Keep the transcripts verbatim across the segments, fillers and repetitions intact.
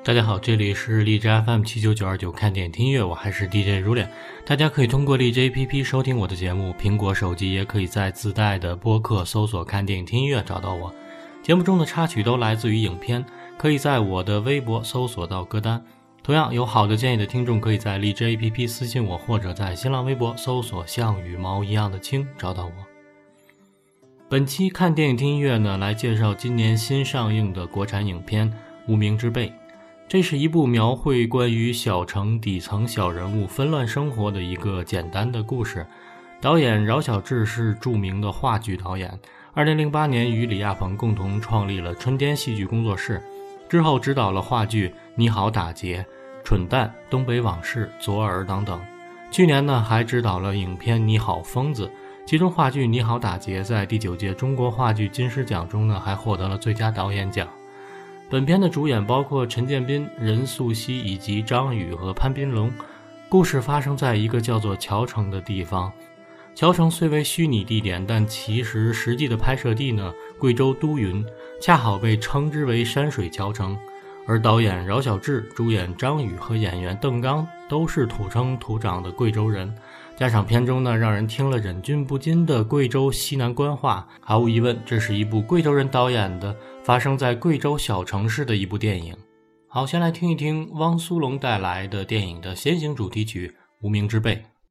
大家好，这里是荔枝 F M 七九九二九看电影听音乐，我还是 D J 如脸。大家可以通过荔枝 A P P 收听我的节目，苹果手机也可以在自带的播客搜索看电影听音乐找到我。节目中的插曲都来自于影片，可以在我的微博搜索到歌单。同样有好的建议的听众可以在荔枝 A P P 私信我，或者在新浪微博搜索像羽毛一样的青找到我。本期看电影听音乐呢，来介绍今年新上映的国产影片《无名之辈》。这是一部描绘关于小城底层小人物纷乱生活的一个简单的故事。导演饶晓志是著名的话剧导演，二零零八年与李亚鹏共同创立了春天戏剧工作室，之后执导了话剧《你好打劫》、《蠢蛋》、《东北往事》、《左耳》等等。去年呢，还执导了影片《你好疯子》，其中话剧《你好打劫》在第九届中国话剧金狮奖中呢，还获得了最佳导演奖。本片的主演包括陈建斌、任素汐以及张宇和潘斌龙。故事发生在一个叫做乔城的地方。乔城虽为虚拟地点，但其实实际的拍摄地呢，贵州都匀，恰好被称之为山水乔城。而导演饶晓志、主演张宇和演员邓刚都是土生土长的贵州人，加上片中呢让人听了忍俊不禁的贵州西南官话，毫无疑问，这是一部贵州人导演的发生在贵州小城市的一部电影。好，先来听一听汪苏泷带来的电影的先行主题曲《无名之辈》。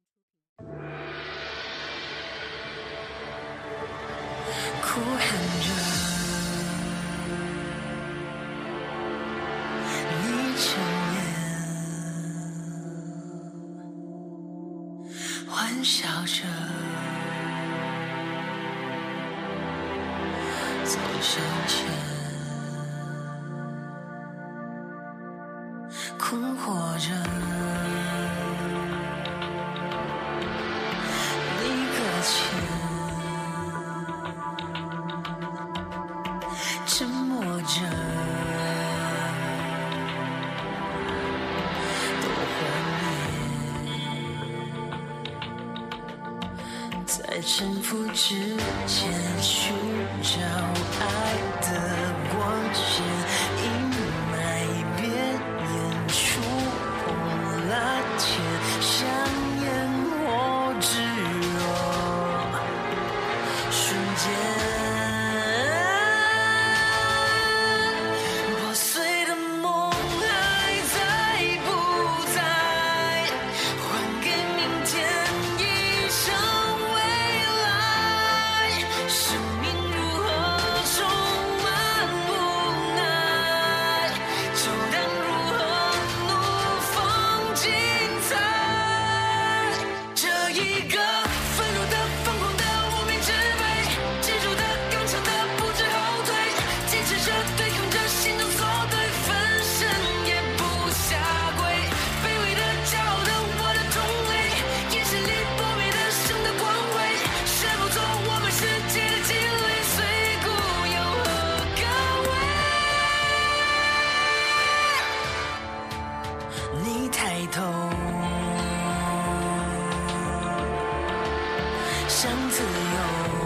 哭喊着你成年，欢笑着走向前，困惑着你搁浅，沉默着多幻灭，在沉浮之间寻找爱的光线，阴霾边缘触碰蓝天，像烟火炙热瞬间，你抬头想自由，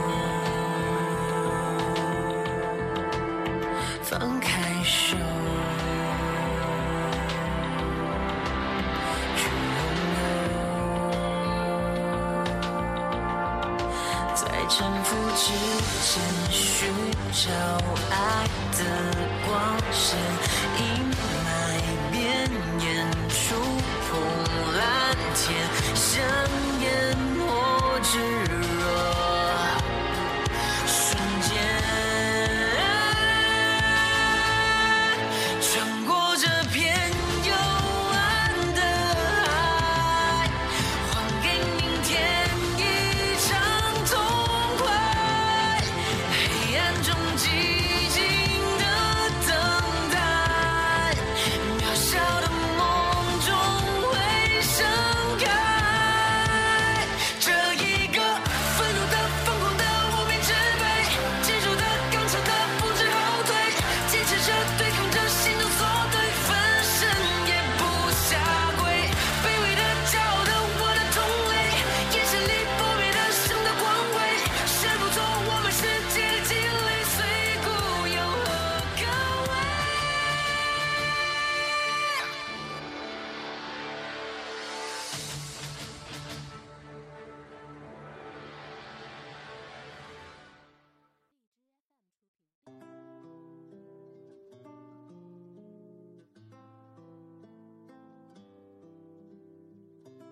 放开手去拥有，在沉浮之间寻找爱的光线，阴霾边缘触碰蓝天，像烟火炙热瞬间，穿过这片幽暗的海，还给明天一场痛快，黑暗中寂静的等待，渺小的梦中会盛开，这一个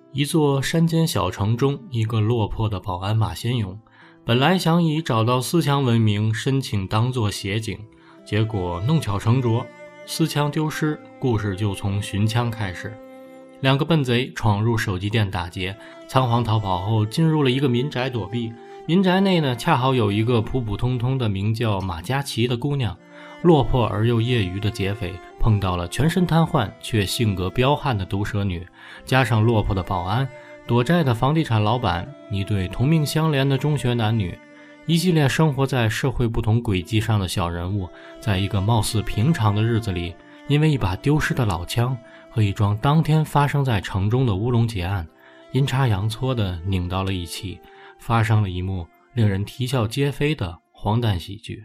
一座山间小城中，一个落魄的保安马先勇，本来想以找到私枪闻名，申请当作协警，结果弄巧成拙，私枪丢失，故事就从寻枪开始。两个笨贼闯入手机店打劫，仓皇逃跑后进入了一个民宅躲避。民宅内呢，恰好有一个普普通通的名叫马嘉琪的姑娘。落魄而又业余的劫匪碰到了全身瘫痪却性格彪悍的毒蛇女，加上落魄的保安、躲债的房地产老板，一对同命相连的中学男女，一系列生活在社会不同轨迹上的小人物，在一个貌似平常的日子里，因为一把丢失的老枪和一桩当天发生在城中的乌龙劫案，阴差阳错地拧到了一起，发生了一幕令人啼笑皆非的荒诞喜剧。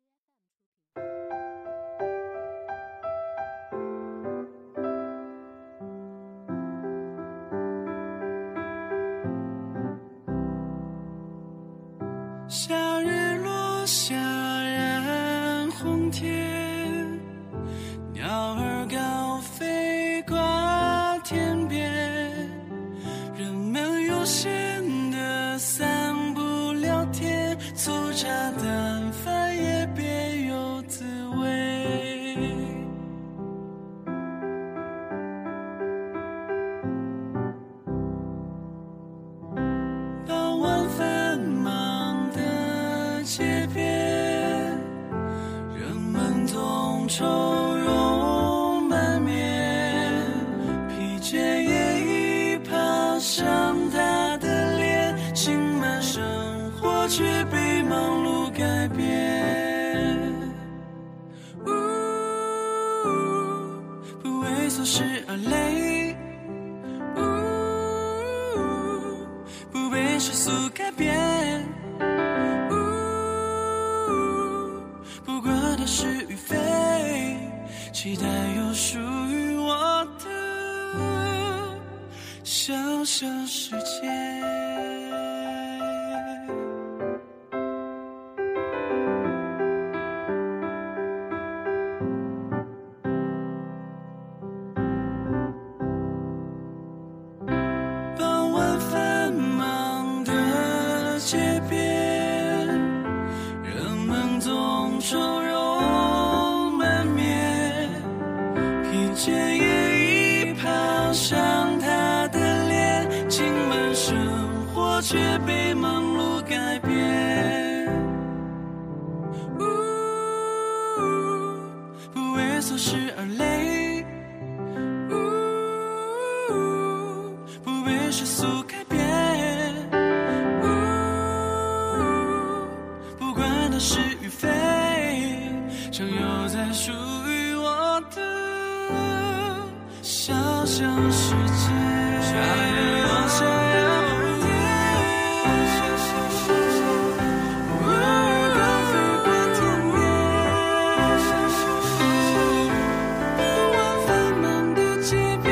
夏日落下染红天，鸟儿高飞挂天边，人们悠闲地散步聊天，粗茶淡饭也别有滋味。傍晚繁忙的街边，人们总愁容满面，疲倦也已爬上他的脸，轻慢生活却被忙碌改变。呜，不为琐事而累，呜，不被世俗改变，呜，不管它是与非，期待有属于我的小小世界。傍晚繁忙的街边，人们总愁容满面，疲倦也已爬上他的脸，轻慢生活却被忙碌改变。呜，不为琐事而累，呜，不被世俗改变，呜，不管它是与非，常有在属于我的小小世界。夏日落下染红天，鸟儿高飞挂天边，傍晚繁忙的街边，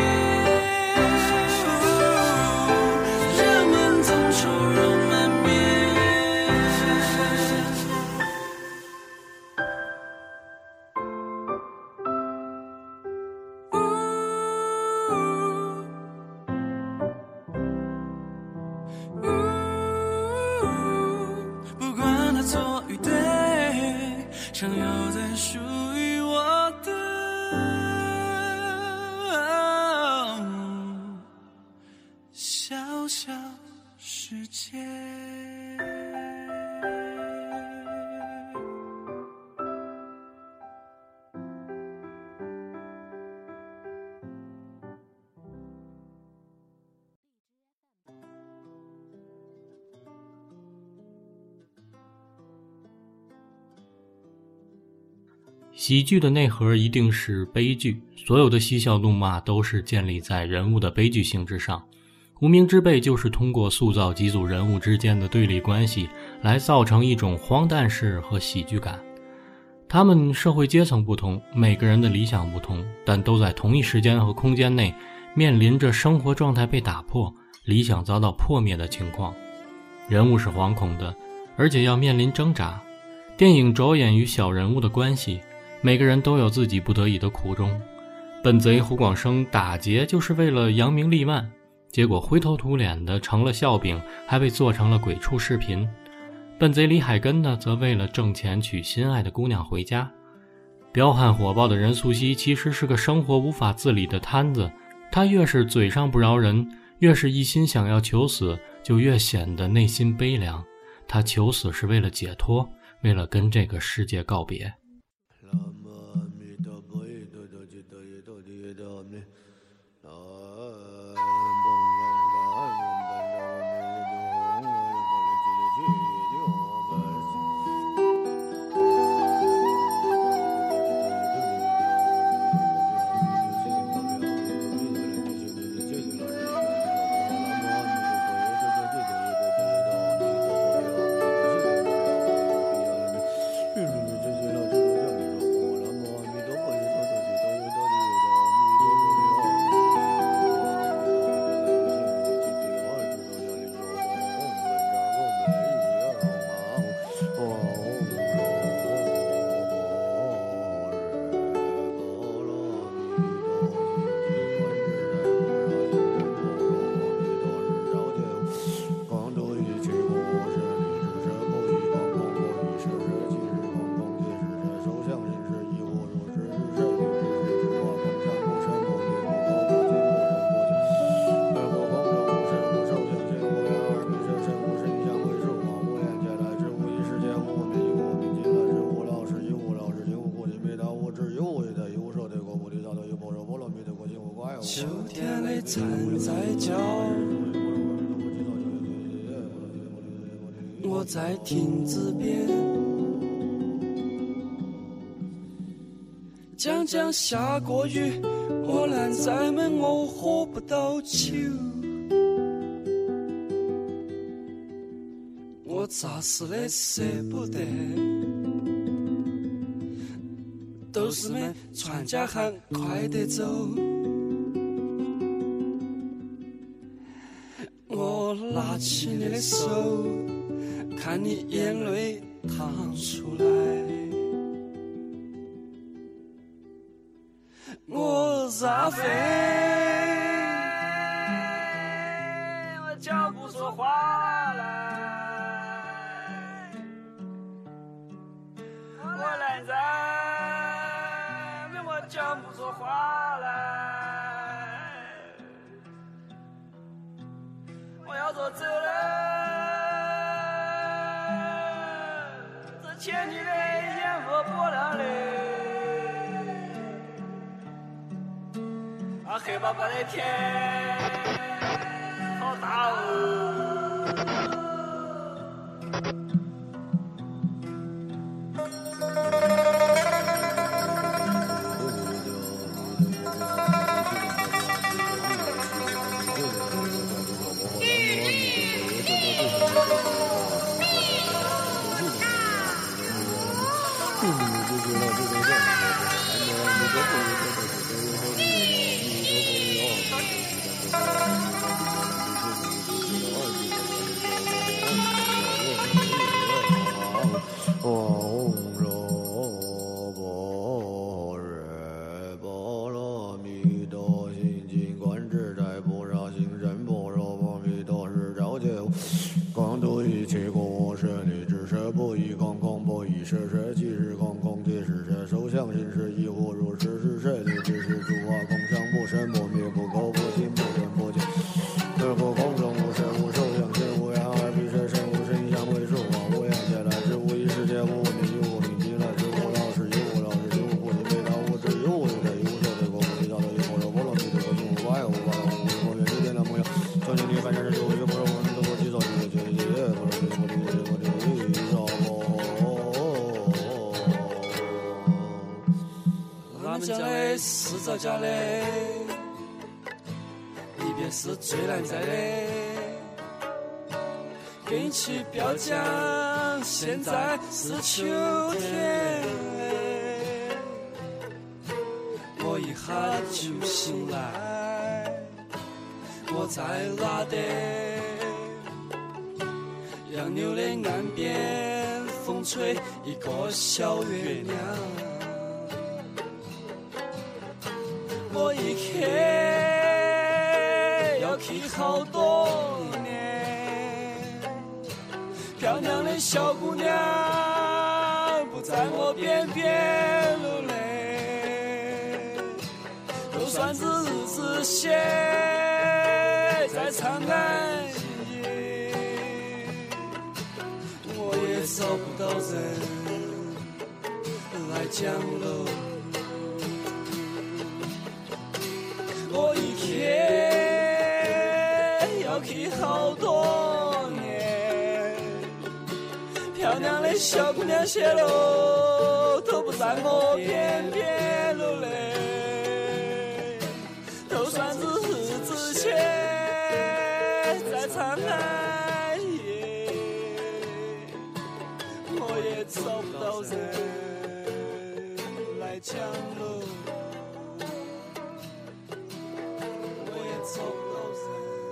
人们总愁容满面。不管它错与对，常有在属于我的小小世界。 喜剧的内核一定是悲剧，所有的嬉笑怒骂都是建立在人物的悲剧性之上。无名之辈就是通过塑造几组人物之间的对立关系，来造成一种荒诞式和喜剧感。他们社会阶层不同，每个人的理想不同，但都在同一时间和空间内面临着生活状态被打破、理想遭到破灭的情况。人物是惶恐的，而且要面临挣扎。电影着眼于小人物的关系，每个人都有自己不得已的苦衷。本贼胡广生打劫就是为了扬名立万， 结果灰头土脸的成了笑柄，还被做成了鬼畜视频。笨贼李海根呢，则为了挣钱娶心爱的姑娘回家。彪悍火爆的任素汐其实是个生活无法自理的摊子，他越是嘴上不饶人，越是一心想要求死，就越显得内心悲凉。他求死是为了解脱，为了跟这个世界告别。 秋天的蝉在叫，我在亭子边，将将下过雨，我拦在门，我喝不到酒。我咋死的舍不得，都是们船家喊快点走。我拿起你的手，看你眼泪淌出来。我咋飞？我叫不出话来。我来在，我叫不出话来。我要走走了，这牵你的烟火波浪里，啊，黑巴巴的天好大哦。是造假的，离别是最难摘的。给起标奖，现在是秋天，我一下就醒来，我在哪的杨柳的岸边，风吹一个小月亮。我一刻要看去好多年。漂亮的小姑娘不在我边边流泪，就算是日子写在长安夜，我也找不到人来讲喽。我一天要去好多年，漂亮的小姑娘些喽，都不在我边边流泪，就算是日子写在长安夜，我也找不到人来讲喽。找不到人。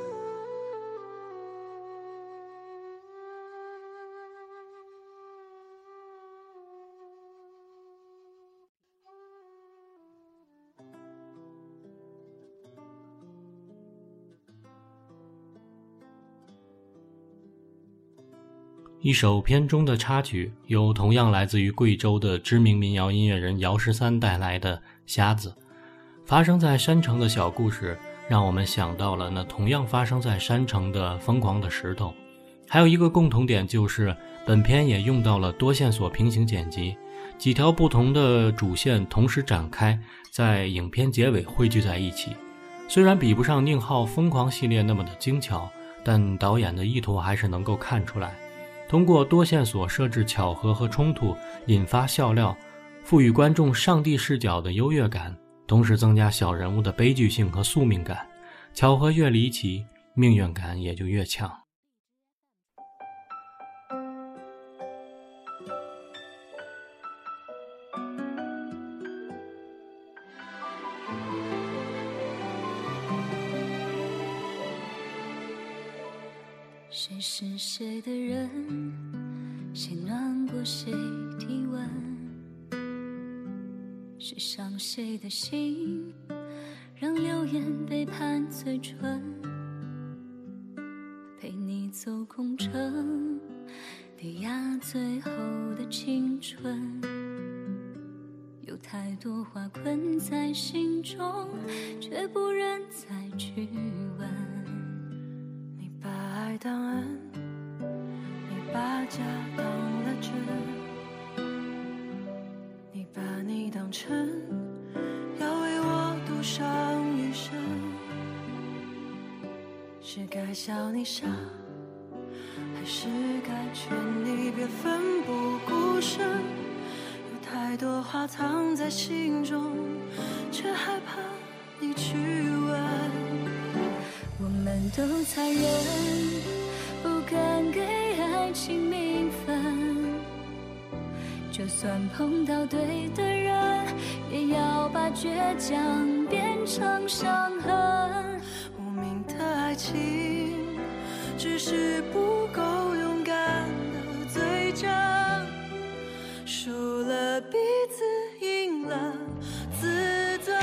一首片中的插曲，由同样来自于贵州的知名民谣音乐人姚十三带来的《瞎子》。发生在山城的小故事让我们想到了那同样发生在山城的疯狂的石头。还有一个共同点，就是本片也用到了多线索平行剪辑，几条不同的主线同时展开，在影片结尾汇聚在一起。虽然比不上宁浩疯狂系列那么的精巧，但导演的意图还是能够看出来。通过多线索设置巧合和冲突，引发笑料，赋予观众上帝视角的优越感，同时增加小人物的悲剧性和宿命感。巧合越离奇，命运感也就越强。 谁是谁的人，谁暖过谁体温，谁伤谁的心，让流言背叛嘴唇，陪你走空城，抵押最后的青春，有太多话困在心中，却不忍再去问。 你把爱当恩，你把家当了真，你把你当成要为我赌上余生，是该笑你傻，还是该劝你别奋不顾身？有太多话藏在心中，却害怕你去问。 我们都残忍，不敢给爱情名分，就算碰到对的人，也要把倔强变成伤痕。 无名的爱情只是不够勇敢的嘴仗，输了彼此，赢了自尊。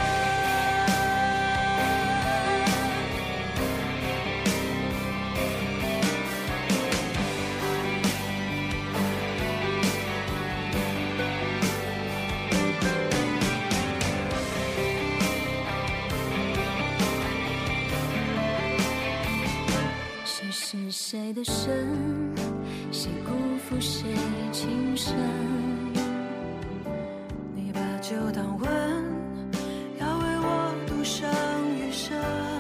谁是谁的神，谁辜负谁情深， 你把酒当吻，要为我赌上余生，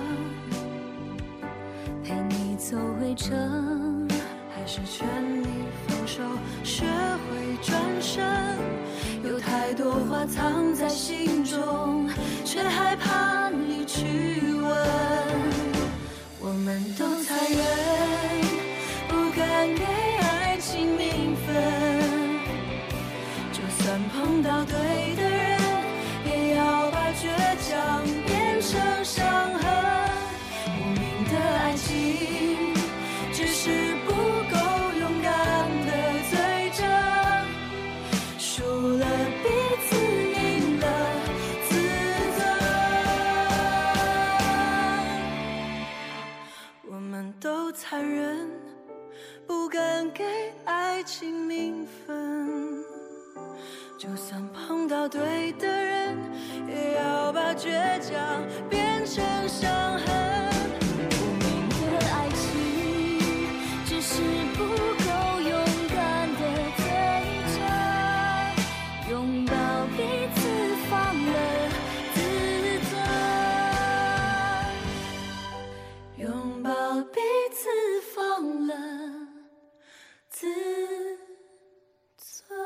陪你走围城， 还是劝你放手，学会转身。 有太多话藏在心中，却害怕你去问。我们都残忍，不敢给爱情名分，就算碰到对的人，也要把倔强变成伤痕。无名的爱情只是不够勇敢的嘴仗，输了彼此，赢了自尊。 就算碰到对的人，也要把倔强变成伤痕。 无名的爱情，只是不够勇敢的对着，拥抱彼此放了自尊，拥抱彼此放了自尊。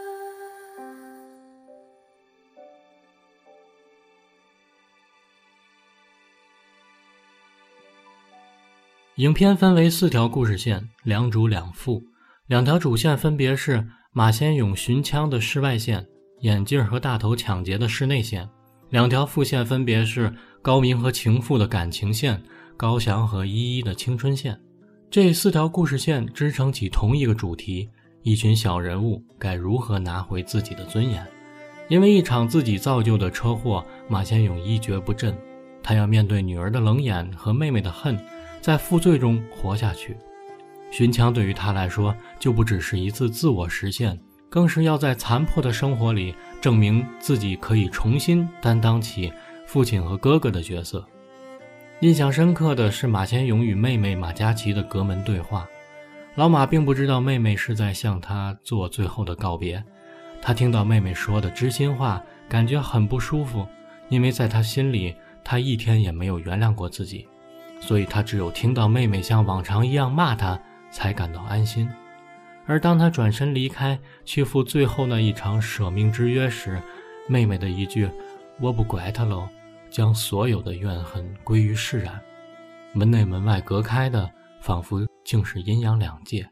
影片分为四条故事线，两主两副。两条主线分别是马先勇寻枪的室外线，眼镜和大头抢劫的室内线。两条副线分别是高明和情妇的感情线，高翔和依依的青春线。这四条故事线支撑起同一个主题，一群小人物该如何拿回自己的尊严。因为一场自己造就的车祸，马先勇一蹶不振，他要面对女儿的冷眼和妹妹的恨，在负罪中活下去。寻枪对于他来说就不只是一次自我实现，更是要在残破的生活里证明自己可以重新担当起父亲和哥哥的角色。印象深刻的是马先勇与妹妹马嘉祺的隔门对话。老马并不知道妹妹是在向他做最后的告别，他听到妹妹说的知心话，感觉很不舒服，因为在他心里，他一天也没有原谅过自己，所以他只有听到妹妹像往常一样骂他，才感到安心。而当他转身离开，去赴最后那一场舍命之约时，妹妹的一句“我不怪他喽”，将所有的怨恨归于释然。门内门外隔开的，仿佛竟是阴阳两界。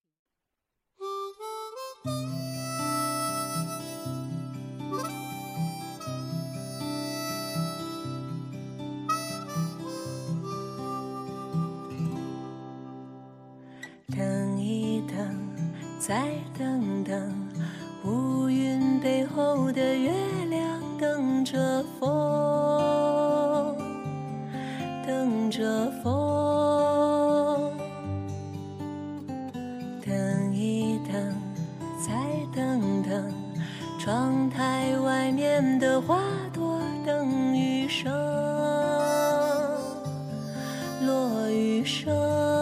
等一等，再等等，乌云背后的月亮等着风，等着风。等一等，再等等，窗台外面的花朵等雨声，落雨声。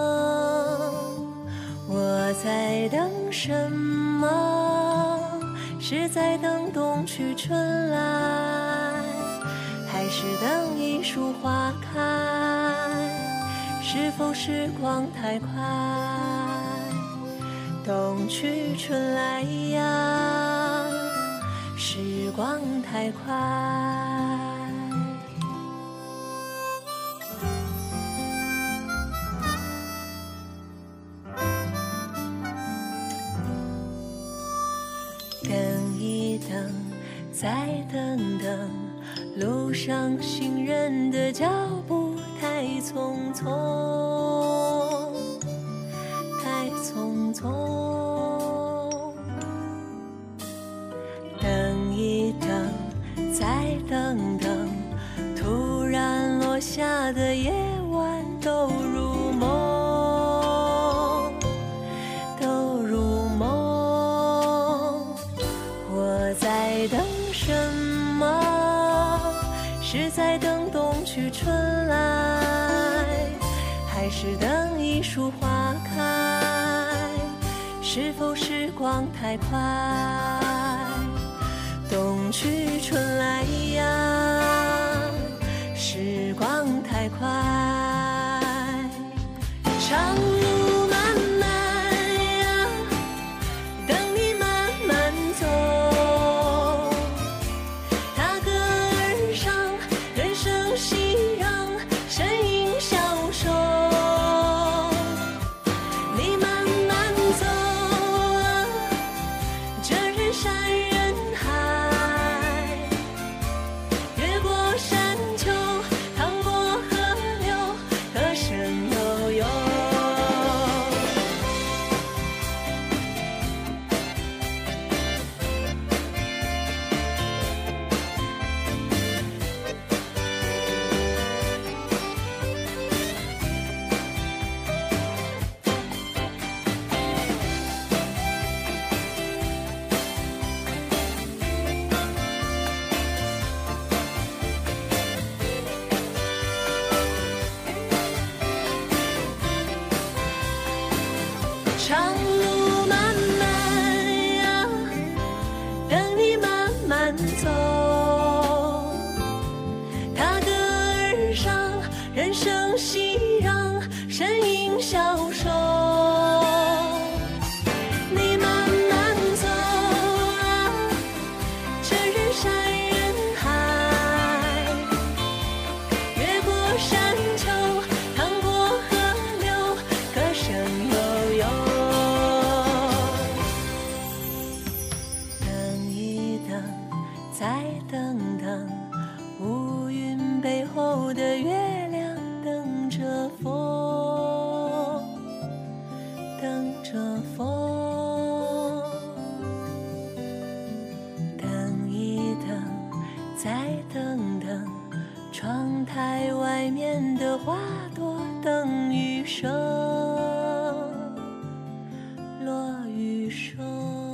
我在等什么？是在等冬去春来，还是等一树花开？是否时光太快？冬去春来呀，时光太快。等一等，再等等，路上行人的脚步太匆匆，太匆匆。等一等，再等等，突然落下的夜晚都如梦，都如梦。我在等什么？是在等冬去春来，还是等一树花开？是否时光太快？冬去春来呀，时光太快。长路漫漫呀，等你慢慢走。踏歌而上，人生熙攘，身影消瘦。你慢慢走啊，这人山人海，越过山丘，趟过河流， 再等等，乌云背后的月亮等着风，等着风，等一等，再等等，窗台外面的花朵等雨声，落雨声。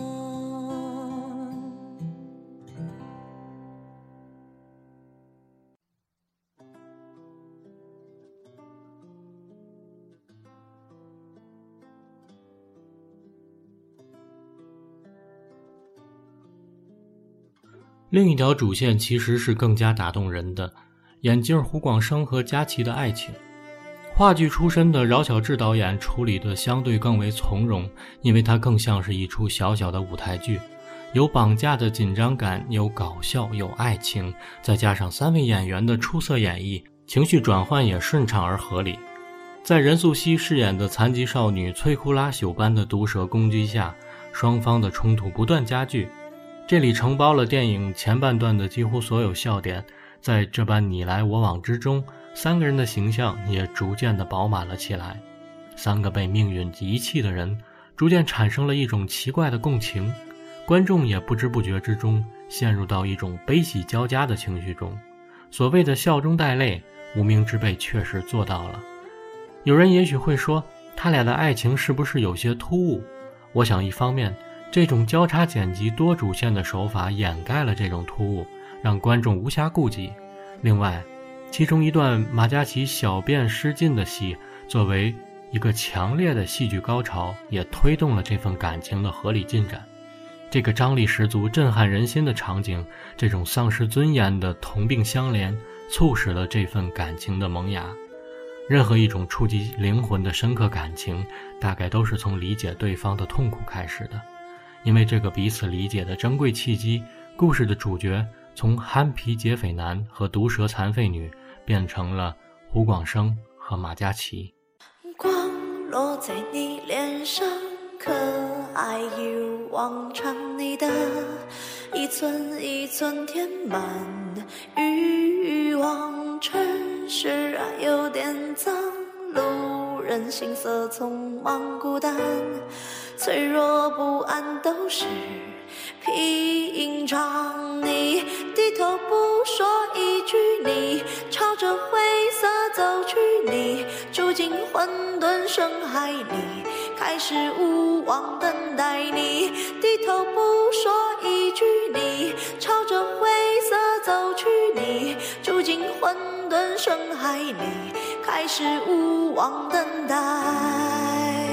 另一条主线其实是更加打动人的，眼镜胡广生和佳琪的爱情。话剧出身的饶晓志导演处理的相对更为从容，因为它更像是一出小小的舞台剧，有绑架的紧张感，有搞笑，有爱情，再加上三位演员的出色演绎，情绪转换也顺畅而合理。在任素汐饰演的残疾少女摧枯拉朽般的毒蛇攻击下，双方的冲突不断加剧。这里承包了电影前半段的几乎所有笑点，在这般你来我往之中，三个人的形象也逐渐的饱满了起来。三个被命运遗弃的人，逐渐产生了一种奇怪的共情，观众也不知不觉之中陷入到一种悲喜交加的情绪中。所谓的笑中带泪，无名之辈确实做到了。有人也许会说，他俩的爱情是不是有些突兀？我想一方面，这种交叉剪辑多主线的手法掩盖了这种突兀，让观众无暇顾及。另外，其中一段马嘉祺小便失禁的戏，作为一个强烈的戏剧高潮，也推动了这份感情的合理进展。这个张力十足、震撼人心的场景，这种丧失尊严的同病相怜，促使了这份感情的萌芽。任何一种触及灵魂的深刻感情，大概都是从理解对方的痛苦开始的。因为这个彼此理解的珍贵契机，故事的主角从憨皮劫匪男和毒蛇残废女变成了胡广生和马嘉祺。 光落在你脸上，可爱一如往常，你的一寸一寸填满欲望，城市啊有点脏，路人行色匆忙孤单，脆弱不安都是平常。你低头不说一句，你朝着灰色走去，你住进混沌深海里，开始无望等待。你低头不说一句，你朝着灰色走去，你住进混沌深海里，开始无望等待。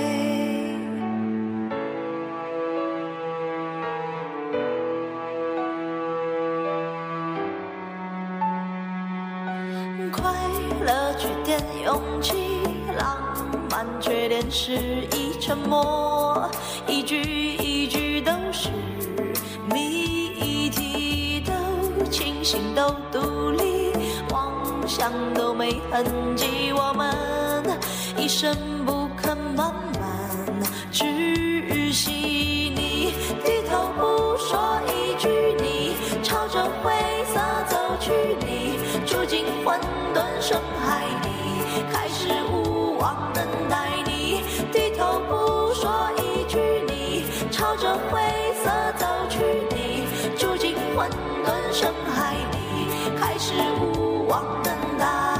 快乐缺点勇气，浪漫缺点失意沉默，一句一句都是谜题，都清醒都独立，妄想都没痕迹，我们一生不肯慢慢窒息。你低头不说一句，你朝着灰色走去，你住进混沌深海里，开始无望等待。你低头不说一句，你朝着灰色走去，你住进混沌深海里，开始无望等待。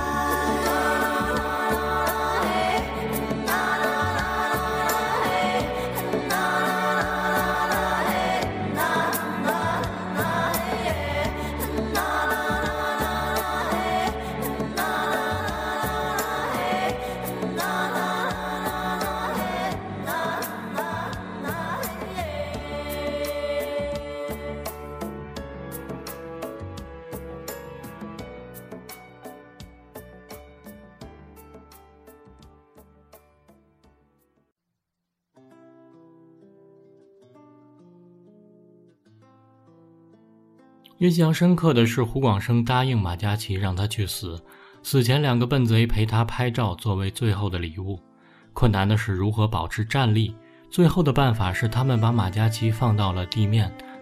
印象深刻的是胡广生答应马嘉祺让他去死，死前两个笨贼陪他拍照作为最后的礼物。困难的是如何保持站立，最后的办法是他们把马嘉祺放到了地面，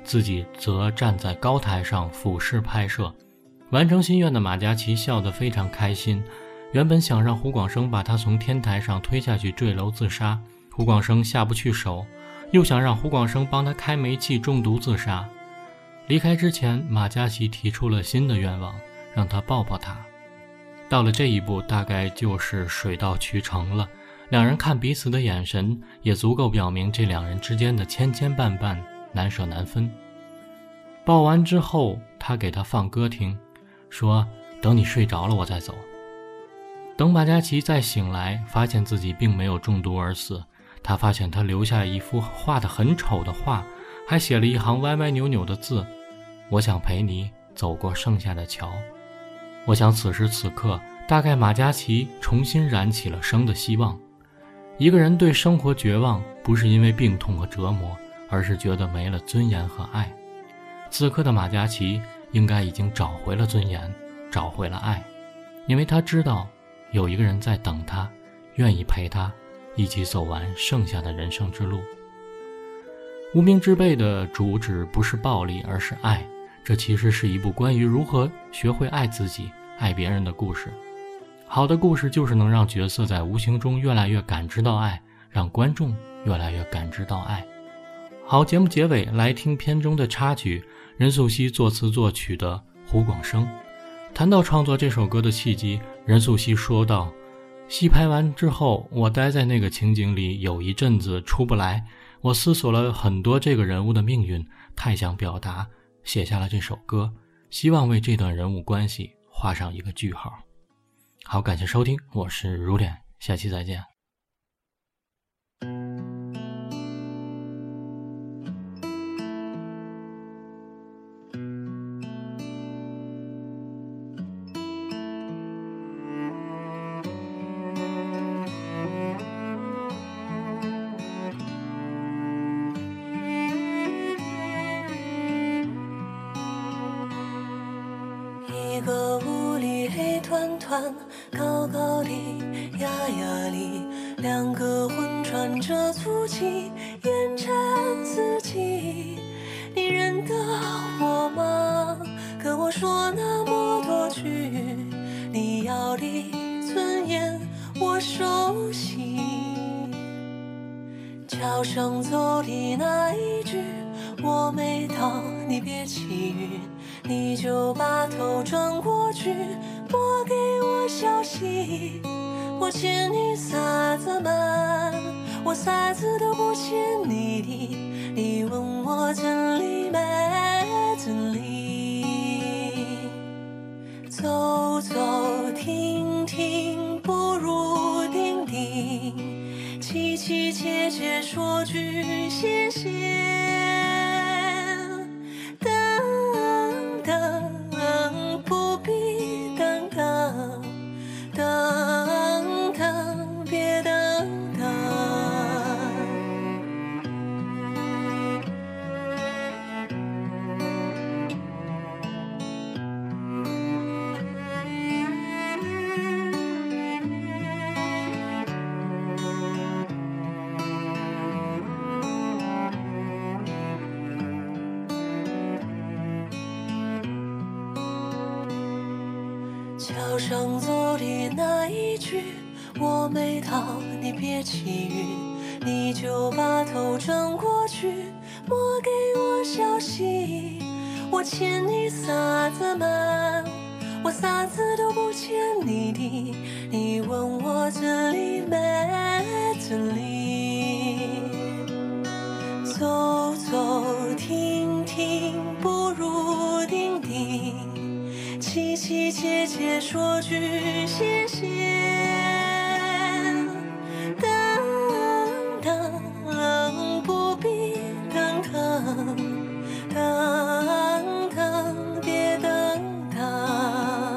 自己则站在高台上俯视拍摄。完成心愿的马嘉祺笑得非常开心，原本想让胡广生把他从天台上推下去坠楼自杀，胡广生下不去手，又想让胡广生帮他开煤气中毒自杀。离开之前，马嘉祺提出了新的愿望，让他抱抱他。到了这一步，大概就是水到渠成了，两人看彼此的眼神也足够表明这两人之间的牵牵绊绊，难舍难分。抱完之后，他给他放歌听，说等你睡着了我再走。等马嘉祺再醒来，发现自己并没有中毒而死，他发现他留下一幅画得很丑的画，还写了一行歪歪扭扭的字：我想陪你走过剩下的桥。我想此时此刻，大概马嘉祺重新燃起了生的希望。一个人对生活绝望，不是因为病痛和折磨，而是觉得没了尊严和爱。此刻的马嘉祺应该已经找回了尊严，找回了爱，因为他知道有一个人在等他，愿意陪他一起走完剩下的人生之路。无名之辈的主旨不是暴力，而是爱。这其实是一部关于如何学会爱自己、爱别人的故事。好的故事就是能让角色在无形中越来越感知到爱，让观众越来越感知到爱。好，节目结尾来听片中的插曲，任素汐作词作曲的胡广生。谈到创作这首歌的契机，任素汐说道：戏拍完之后，我待在那个情景里有一阵子出不来，我思索了很多这个人物的命运，太想表达，写下了这首歌，希望为这段人物关系画上一个句号。好，感谢收听，我是如恋，下期再见。 一个屋里黑团团，高高的，压压里，两个魂穿着足迹，烟尘四季。你认得我吗？跟我说那么多句，你要的尊严我熟悉。桥上走的那一句，我没到，你别起晕。你就把头转过去，拨给我消息。我欠你啥子嘛？我啥子都不欠你的。你问我真理没真理？走走停停，不如定定。凄凄切切说句谢谢。桥上走的那一句，我没到，你别起晕。你就把头转过去，莫给我消息。我欠你啥子嘛？我啥子都不欠你的。你问我这里没这里？走走停停，不如定定。凄凄切切说句谢谢。等等，不必等等，等等，别等等，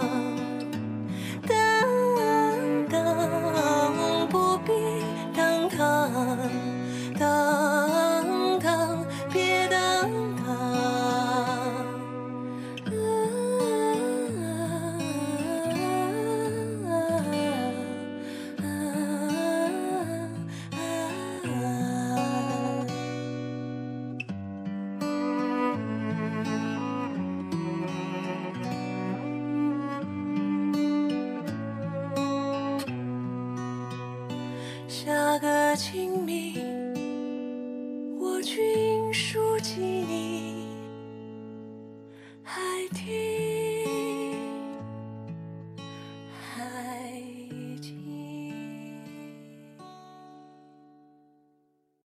等等，不必等等，等等，别等等。 纪念。